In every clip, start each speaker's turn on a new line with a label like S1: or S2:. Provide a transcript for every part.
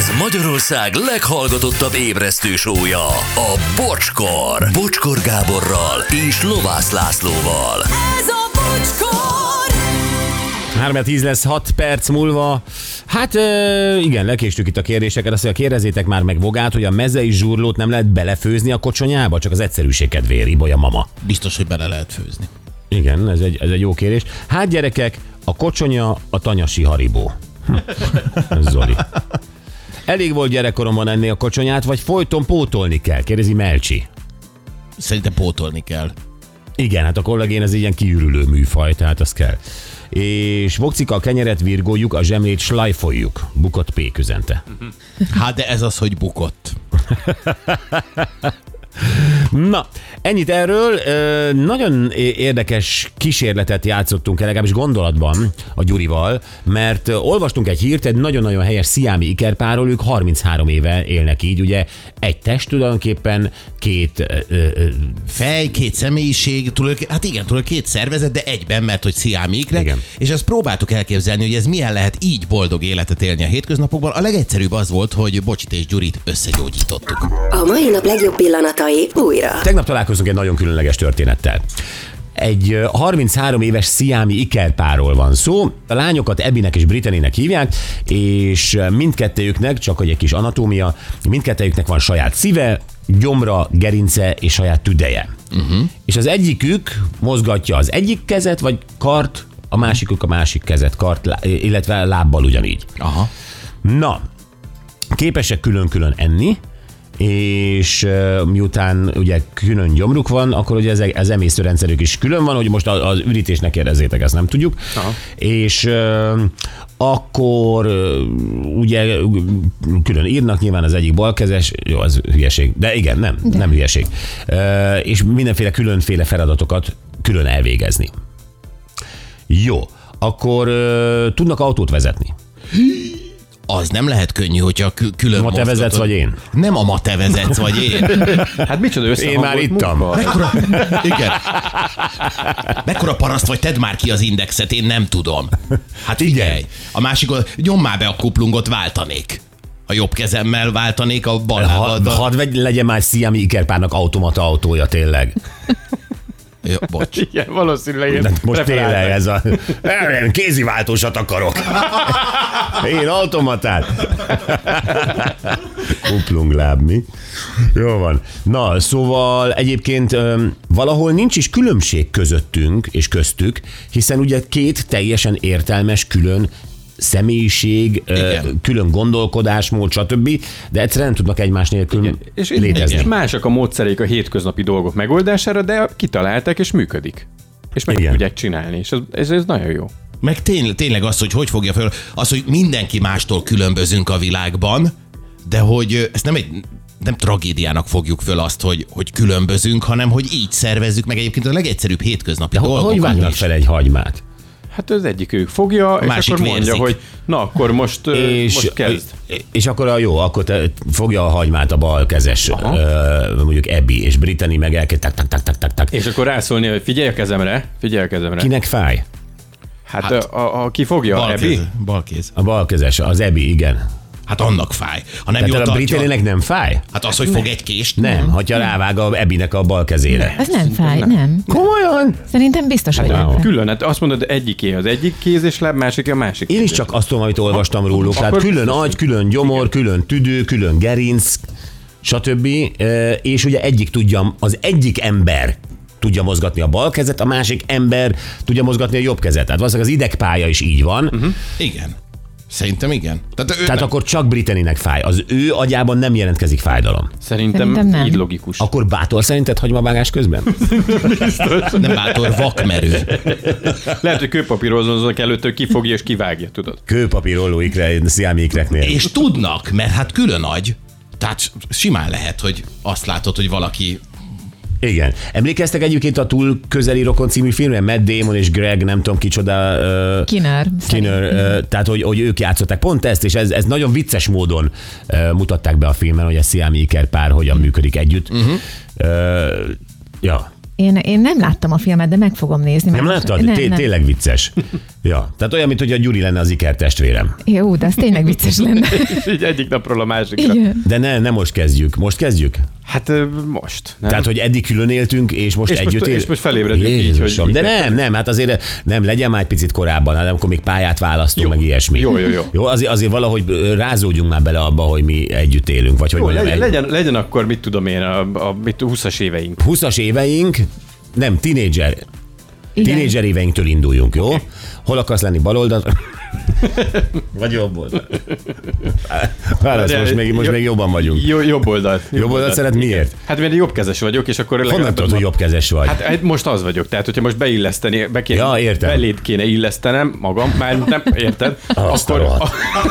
S1: Ez Magyarország leghallgatottabb ébresztő show-ja, a Bocskor. Bocskor Gáborral és Lovász Lászlóval.
S2: Ez a Bocskor!
S3: 3-10 lesz 6 perc múlva. Hát igen, lekéstük itt a kérdéseket. Azt mondja, kérdezzétek már meg Vogát, hogy a mezei zsurlót nem lehet belefőzni a kocsonyába, csak az egyszerűség kedvéért, ibolya mama.
S4: Biztos, hogy bele lehet főzni.
S3: Igen, ez egy jó kérdés. Hát gyerekek, a kocsonya a tanyasi Haribó. Zoli. Elég volt gyerekkoromban enni a kocsonyát, vagy folyton pótolni kell? Kérdezi Melcsi.
S4: Szerintem pótolni kell.
S3: Igen, hát a kollagén az ilyen kiürülő műfaj, tehát az kell. És Vokcika, a kenyeret virgoljuk, a zsemlét slajfoljuk. Bukott P üzente.
S4: Hát de ez az, hogy bukott.
S3: Na, ennyit erről. Nagyon érdekes kísérletet játszottunk el, legalábbis gondolatban a Gyurival, mert olvastunk egy hírt, egy nagyon-nagyon helyes sziámi ikerpárról, ők 33 éve élnek így, ugye egy test tulajdonképpen, két
S4: fej, két személyiség, tulajdonképpen két szervezet, de egyben, mert hogy sziámi ikrek.
S3: Igen.
S4: És azt próbáltuk elképzelni, hogy ez milyen lehet így boldog életet élni a hétköznapokban. A legegyszerűbb az volt, hogy Bocsit és Gyurit összegyógyítottuk.
S5: A mai nap legjobb pillanatai újra.
S3: Tegnap találkozunk egy nagyon különleges történettel. Egy 33 éves sziámi ikerpárról van szó. A lányokat Abbynek és Brittanynek hívják, és mindkettőjüknek, csak hogy egy kis anatómia, mindkettőjüknek van saját szíve, gyomra, gerince és saját tüdeje. És az egyikük mozgatja az egyik kezet, vagy kart, a másikuk a másik kezet, kart, illetve lábbal ugyanígy.
S4: Aha.
S3: Na, képesek külön-külön enni, és miután ugye külön gyomruk van, akkor ugye az emésztőrendszerük is külön van, hogy most az ürítésnek kérdezzétek, ezt nem tudjuk. Aha. És akkor ugye külön írnak, nyilván az egyik balkezes, jó, az hülyeség, de igen, nem hülyeség. És mindenféle különféle feladatokat külön elvégezni. Jó, akkor tudnak autót vezetni.
S4: Az nem lehet könnyű, hogyha külön
S3: Ma te vezetsz, vagy én?
S4: Nem a ma te vezetsz, vagy én.
S6: Hát micsoda összehangolt.
S3: Én már ittam.
S4: Igen. Mekkora paraszt vagy, tedd már ki az indexet, én nem tudom. Hát figyelj, a másik, nyom már be a kuplungot, váltanék. A jobb kezemmel váltanék, a bal lábaddal.
S3: Hadd legyen már sziámi ikerpárnak automata autója, tényleg.
S4: Jó, bocs.
S6: Igen, valószínűleg.
S3: De most tényleg ez a... Kéziváltósat akarok. Én automatát. Kuplungláb, mi? Jó van. Na, szóval egyébként valahol nincs is különbség közöttünk és köztük, hiszen ugye két teljesen értelmes külön személyiség, külön gondolkodásmód, stb., de egyszerűen nem tudnak egymás nélkül létezni.
S6: És másak a módszereik a hétköznapi dolgok megoldására, de kitalálták és működik. És meg tudják csinálni, és ez nagyon jó.
S4: Meg tényleg az, hogy fogja fel, az, hogy mindenki mástól különbözünk a világban, de hogy ezt nem tragédiának fogjuk föl azt, hogy különbözünk, hanem hogy így szervezzük meg egyébként a legegyszerűbb hétköznapi dolgokat.
S3: Hogy vágnak fel egy hagymát?
S6: Hát az egyik ők fogja, és akkor mondja, hogy na, akkor most kezd.
S3: És akkor akkor fogja a hagymát a bal kezes, mondjuk Abby, és Brittany meg elkezd tak.
S6: És akkor rászólni, hogy figyelj a kezemre.
S3: Kinek fáj?
S6: Hát aki fogja, Abby?
S4: Balkéz.
S3: A bal kezes, az Abby, igen.
S4: Hát annak fáj. Ha nem
S3: tehát a Brittanynek nem fáj?
S4: Hát az, hogy fog egy kést?
S3: Nem, hogyha rávág a Abbynek a bal kezére.
S5: Ez nem fáj, nem.
S3: Komolyan?
S5: Szerintem biztos, hogy nem.
S6: Külön, hát azt mondod, egyiké az egyik kéz és láb, másiké a másik.
S3: Én is csak azt tudom, amit olvastam róluk. Tehát külön agy, külön gyomor, külön tüdő, külön gerinc, stb. És ugye az egyik ember tudja mozgatni a bal kezet, a másik ember tudja mozgatni a jobb kezet. Tehát valószínűleg az idegpálya is így van.
S4: Igen. Szerintem igen.
S3: Tehát akkor csak Brittanynek fáj. Az ő agyában nem jelentkezik fájdalom.
S6: Szerintem
S5: nem.
S6: Így logikus.
S3: Akkor bátor szerinted hagymavágás közben?
S4: Nem bátor, vakmerő.
S6: Lehet, hogy kőpapírozóznak előtt, kifogja és kivágja, tudod.
S3: Kőpapírolló sziámi ikreknél.
S4: És tudnak, mert hát külön agy. Tehát simán lehet, hogy azt látod, hogy valaki...
S3: Igen. Emlékeztek egyébként a Túl közeli rokon című filmre? Matt Damon és Greg, nem tudom kicsoda. Kinner. Tehát, hogy ők játszották pont ezt, és ez nagyon vicces módon mutatták be a filmen, hogy a sziámi ikerpár hogyan működik együtt. Ja.
S5: Én nem láttam a filmet, de meg fogom nézni.
S3: Nem láttad? Tényleg vicces. Ja, tehát olyan, mint hogy a Gyuri lenne az ikertestvérem.
S5: Jó, de az tényleg vicces lenne.
S6: Így egyik napról a másikra.
S5: Igen.
S3: De nem most kezdjük. Most kezdjük?
S6: Hát most. Nem?
S3: Tehát, hogy eddig külön éltünk, és most együtt élünk.
S6: És most felébredünk így,
S3: Jézusom,
S6: hogy...
S3: de nem, hát azért nem, legyen már egy picit korábban, hát amikor még pályát választunk, meg ilyesmi.
S6: Jó.
S3: Jó, azért valahogy rázódjunk már bele abba, hogy mi együtt élünk, vagy hogy
S6: Jó,
S3: mondjam.
S6: legyen akkor, mit tudom én, a 20-as éveink.
S3: 20-as éveink, nem, tínédzser éveinktől induljunk, jó? Hol akarsz lenni, baloldal? Vagy jobb oldal? Válasz, most még jobban vagyunk.
S6: Jobb oldalt.
S3: Jobb oldalt szeret, miért?
S6: Hát mert jobbkezes vagyok, és akkor...
S3: Honnan tudod, hogy jobbkezes vagy?
S6: Hát most az vagyok, tehát hogyha most beilleszteni,
S3: értem.
S6: beléd kéne illesztenem magam, már nem, érted? Akkor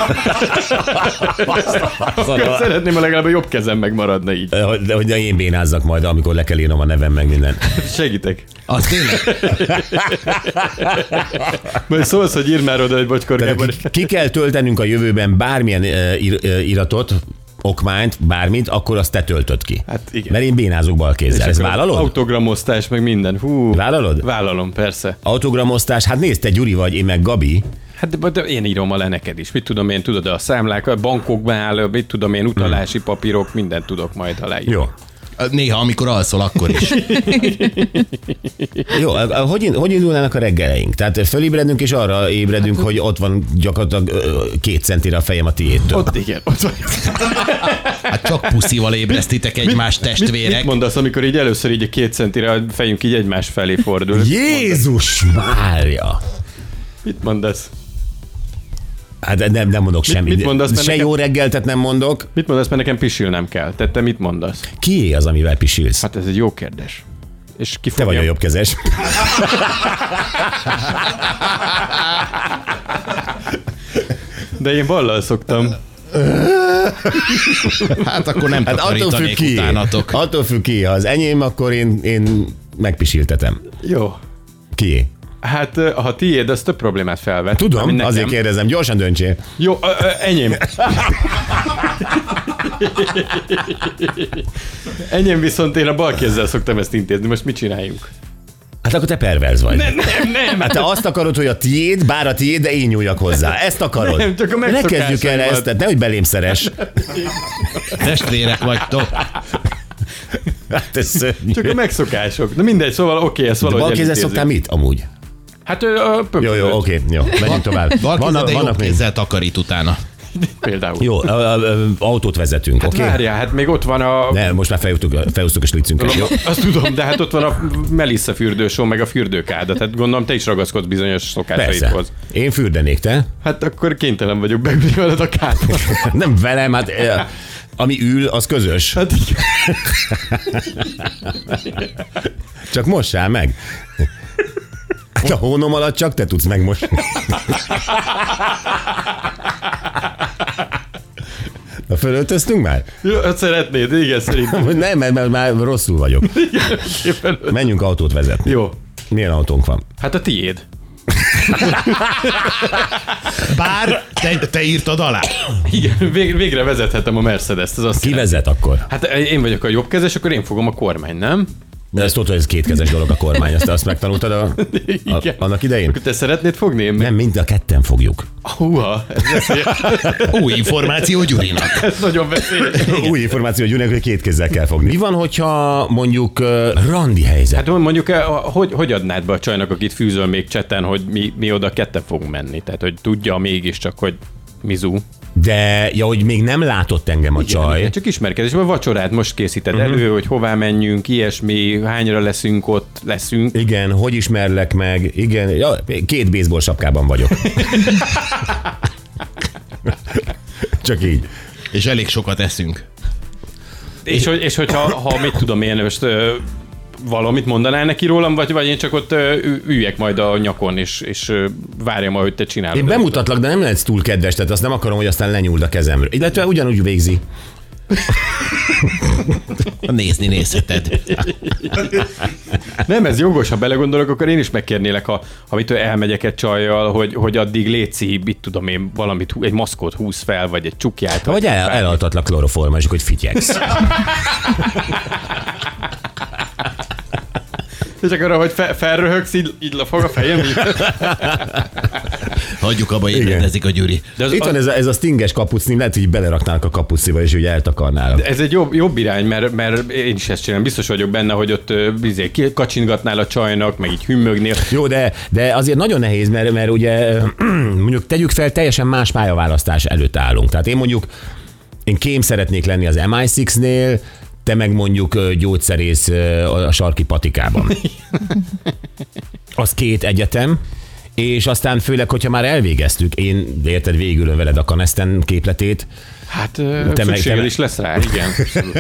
S6: szeretném, ha legalább a jobb kezem megmaradna így.
S3: Hogy én bénázzak majd, amikor le kell írnom a nevem meg minden.
S6: Segítek.
S4: Az tényleg?
S6: Majd szólsz, hogy írd már oda egy bocskorgában.
S3: Ki kell töltenünk a jövőben bármilyen iratot, okmányt, bármit, akkor azt te töltöd ki.
S6: Hát igen.
S3: Mert én bénázok balkézzel. Ez vállalod?
S6: Autogramosztás, meg minden. Hú.
S3: Vállalod?
S6: Vállalom, persze.
S3: Autogramosztás, hát nézd, te Gyuri vagy, én meg Gabi.
S6: Hát de én írom le neked is. Mit tudom én, tudod, a számlák, a bankokban áll, mit tudom én, utalási papírok, mindent tudok majd aláírni.
S3: Jó.
S4: Néha, amikor alszol, akkor is.
S3: Jó, hogy indulnának a reggeleink? Tehát fölébredünk, és arra ébredünk, hogy ott van gyakorlatilag 2 centire a fejem a tiédtől.
S6: Ott igen, ott van.
S4: Hát csak puszival ébresztitek egymás testvérek.
S6: Mit mondasz, amikor így először így a 2 centire a fejünk így egymás felé fordul?
S3: Jézus Mária!
S6: Mit mondasz?
S3: Hát nem mondok semmit.
S6: mit mondasz, mert
S3: Se
S6: nekem...
S3: jó reggeltet nem mondok.
S6: Mit mondasz, mert nekem pisilnem kell? Te mit mondasz?
S3: Kié az, amivel pisilsz?
S6: Hát ez egy jó kérdés. És ki
S3: Te vagy a jobbkezes.
S6: De én ballal szoktam.
S4: Hát akkor nem takarítanék utánatok.
S3: Attól függ ki, ha az enyém, akkor én megpisiltetem.
S6: Jó.
S3: Kié?
S6: Hát, ha tiéd, az több problémát felvet.
S3: Tudom, azért kérdezem, gyorsan döntsél.
S6: Jó, enyém. Enyém viszont én a bal kézzel szoktam ezt intézni. Most mit csináljunk?
S3: Hát akkor te perverz vagy.
S6: Nem.
S3: Hát te azt akarod, hogy a tiéd, bár a tiéd, de én nyúljak hozzá. Ezt akarod.
S6: Nem, csak a
S3: ne kezdjük el ezt, tehát nehogy belém szeres.
S4: Testvérek vagytok.
S3: Hát ez szörnyű.
S6: Csak a megszokások. Na mindegy, szóval oké, ezt valahogy
S3: Bal kézzel
S6: elintézzük.
S3: szoktál mit amúgy?
S6: Hát
S3: Jó, oké, jó. Menjünk tovább.
S4: Balkézzel, de jobb
S3: Vannak még.
S4: kézzel takarít utána.
S6: Például.
S3: Jó, autót vezetünk,
S6: Hát
S3: oké?
S6: várjál, hát még ott van a...
S3: Ne, most már felhúztuk a slicünket. Jó?
S6: Azt tudom, de hát ott van a Melissa fürdősó, meg a fürdőkáda, tehát gondolom te is ragaszkodsz bizonyos
S3: Persze.
S6: szokásaidhoz.
S3: Én fürdenék, te?
S6: Hát akkor kénytelen vagyok beülni veled a kádba.
S3: Nem velem, hát ami ül, az közös.
S6: Hát
S3: Csak mossál meg. Hát a hónom alatt csak te tudsz megmosni. Na, fölöltöztünk már?
S6: jó, hát szeretnéd, igen, szerintem.
S3: Nem, mert már rosszul vagyok.
S6: Éppen.
S3: Menjünk autót vezetni.
S6: Jó.
S3: Milyen autónk van?
S6: Hát a tiéd.
S4: Bár te írtad alá.
S6: Igen, végre vezethetem a Mercedes-t, ez azt
S3: Ki
S6: jelenti.
S3: vezet akkor?
S6: Hát én vagyok a jobbkezes, akkor én fogom a kormány, nem?
S3: De ezt tudod, hogy ez kétkezes dolog a kormány, azt megtanultad
S6: Igen.
S3: annak idején?
S6: Akkor te szeretnéd fogni? Én meg...
S3: Nem, mind a ketten fogjuk.
S6: Húha,
S4: Új információ Gyurinak.
S6: ez nagyon veszélyes.
S3: Új információ, hogy Gyurinak, hogy 2 kézzel kell fogni. Mi van, hogyha mondjuk randi helyzet?
S6: Hát mondjuk, hogy adnád be a csajnak, akit fűzöl még cseten, hogy mi oda ketten fogunk menni? Tehát, hogy tudja mégiscsak, hogy mizu.
S3: De, hogy még nem látott engem a csaj.
S6: Igen, csak ismerkedés, vagy vacsorát most készíted elő, hogy hová menjünk, ilyesmi, hányra leszünk ott, leszünk.
S3: Igen, hogy ismerlek meg, igen, ja, 2 baseball sapkában vagyok. Csak így.
S4: És elég sokat eszünk.
S6: És hogyha mit tudom én, most valamit mondanál neki rólam, vagy én csak ott üljek majd a nyakon, és várjam, ahogy te csinálod.
S3: Én bemutatlak, de nem lehetsz túl kedves, tehát azt nem akarom, hogy aztán lenyúld a kezemről. Illetve ugyanúgy végzi.
S4: Nézni nézheted.
S6: Nem, ez jogos, ha belegondolok, akkor én is megkérnélek, ha elmegyek egy csajjal, hogy addig léci, mit tudom én, valamit, egy maszkot húz fel, vagy egy csukját.
S3: Vagy elaltatlak kloroforma, és hogy fityegsz.
S6: És akkor, hogy felröhögsz, így lefog a fejem.
S4: Hagyjuk abba, ébredezik a Gyuri.
S3: De itt van ez a stinges kapucni, lehet, hogy beleraknálnak a kapucniba, és ugye eltakarnálok.
S6: Ez egy jobb irány, mert én is ezt csinálom. Biztos vagyok benne, hogy ott kacsingatnál a csajnak, meg így hümmögnél.
S3: Jó, de azért nagyon nehéz, mert ugye mondjuk tegyük fel, teljesen más pályaválasztás előtt állunk. Tehát én kém szeretnék lenni az MI6-nél, te meg mondjuk gyógyszerész a sarki patikában. Az 2 egyetem, és aztán főleg, hogyha már elvégeztük, én érted, végülön veled a Canesten képletét.
S6: Hát szükséged is lesz rá, igen.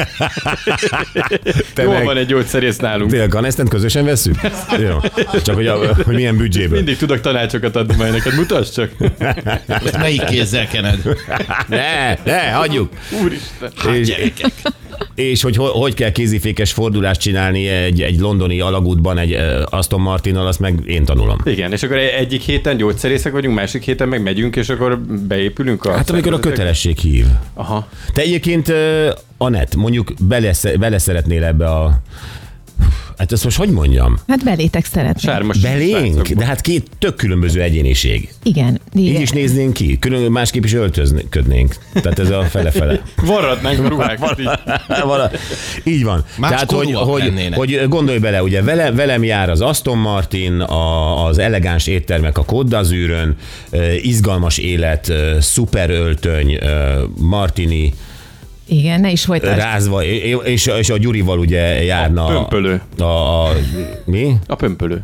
S6: Jól van egy gyógyszerész nálunk.
S3: Tényleg Canestent közösen vesszük? Jó. Csak hogy milyen büdzséből.
S6: Mindig tudok tanácsokat adni majd neked, mutasd csak.
S4: Melyik kézzel kened?
S3: Ne, hagyjuk.
S6: Úristen.
S3: És hogy kell kézifékes fordulást csinálni egy londoni alagútban egy Aston Martinnal, azt meg én tanulom.
S6: Igen, és akkor egyik héten gyógyszerészek vagyunk, másik héten meg megyünk, és akkor beépülünk a...
S3: Hát amikor a kötelesség hív.
S6: Aha.
S3: Te egyébként, Anett, mondjuk bele szeretnél ebbe a... Hát ezt most hogy mondjam?
S5: Hát belétek szeretnék.
S6: Sármos
S3: Belénk?
S6: srácokba.
S3: De hát 2 tök különböző egyéniség.
S5: Igen.
S3: Így is néznénk ki, másképp is öltözködnénk. Tehát ez a fele-fele.
S6: Varratnánk a ruhákat így.
S3: Így van.
S4: Más
S3: Tehát,
S4: korúak lennének.
S3: hogy gondolj bele, ugye velem jár az Aston Martin, az elegáns éttermek a Côte d'Azurön, izgalmas élet, szuper öltöny, martini,
S5: Igen, ne is folytasd.
S3: rázva, és a Gyurival ugye járna...
S6: A pömpölő.
S3: Mi?
S6: A pömpölő.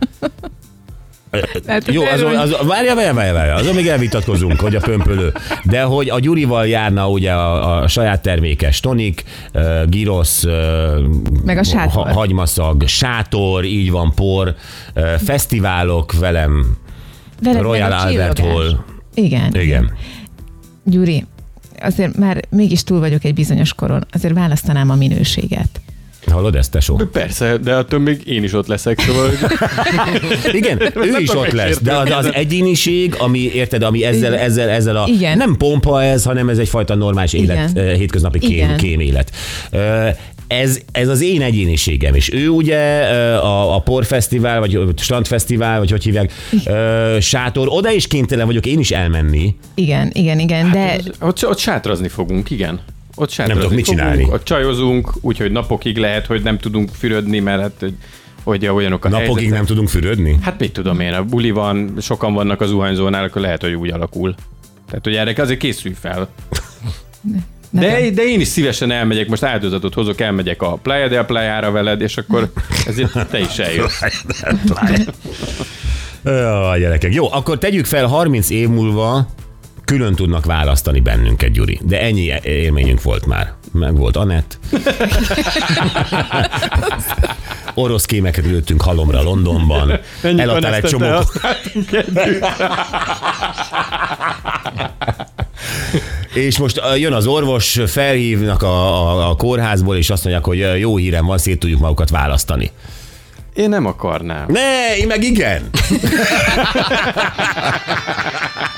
S5: Hát
S3: Jó, várja, azon még elvitatkozunk, hogy a pömpölő. De hogy a Gyurival járna ugye a saját termékes tonik, gyrosz,
S5: Meg a sátor.
S3: hagymaszag, sátor, így van, por, fesztiválok velem,
S5: Veled
S3: Royal
S5: meg a
S3: Albert
S5: csillogás.
S3: Hall.
S5: Igen. Gyuri, azért már mégis túl vagyok egy bizonyos koron, azért választanám a minőséget.
S3: Hallod ezt, tesó?
S6: Persze, de attól még én is ott leszek, szóval...
S3: Igen, ő is ott lesz, de az egyéniség, ami, érted, ami ezzel a...
S5: Igen.
S3: Nem pompa ez, hanem ez egyfajta normális élet,
S5: Igen.
S3: hétköznapi
S5: Igen.
S3: kém élet. Ez az én egyéniségem, és ő ugye a porfesztivál, vagy strandfesztivál, vagy hogy hívják, sátor, oda is kénytelen vagyok én is elmenni.
S5: Igen, de...
S6: Ott sátrazni fogunk, igen. Ott sátrazni
S3: tudok mit
S6: fogunk,
S3: csinálni.
S6: Ott csajozunk, úgyhogy napokig lehet, hogy nem tudunk fürödni, mert hát, hogy olyanok a
S3: Napokig
S6: helyzetek.
S3: nem tudunk fürödni?
S6: Hát mit tudom én, a buli van, sokan vannak az zuhanyzónál, akkor lehet, hogy úgy alakul. Tehát, hogy erre azért készülj fel. De én is szívesen elmegyek, most áldozatot hozok, elmegyek a Playa del Playa-ra veled, és akkor ezért te is eljössz.
S3: Jó, gyerekek. Jó, akkor tegyük fel, 30 év múlva külön tudnak választani bennünket, Gyuri. De ennyi élményünk volt már. Meg volt Anett. Orosz kémeket lőttünk halomra Londonban. Eladtál egy csomó... És most jön az orvos, felhívnak a kórházból, és azt mondják, hogy jó hírem van, szét tudjuk magukat választani.
S6: Én nem akarnám.
S3: Ne, én meg igen.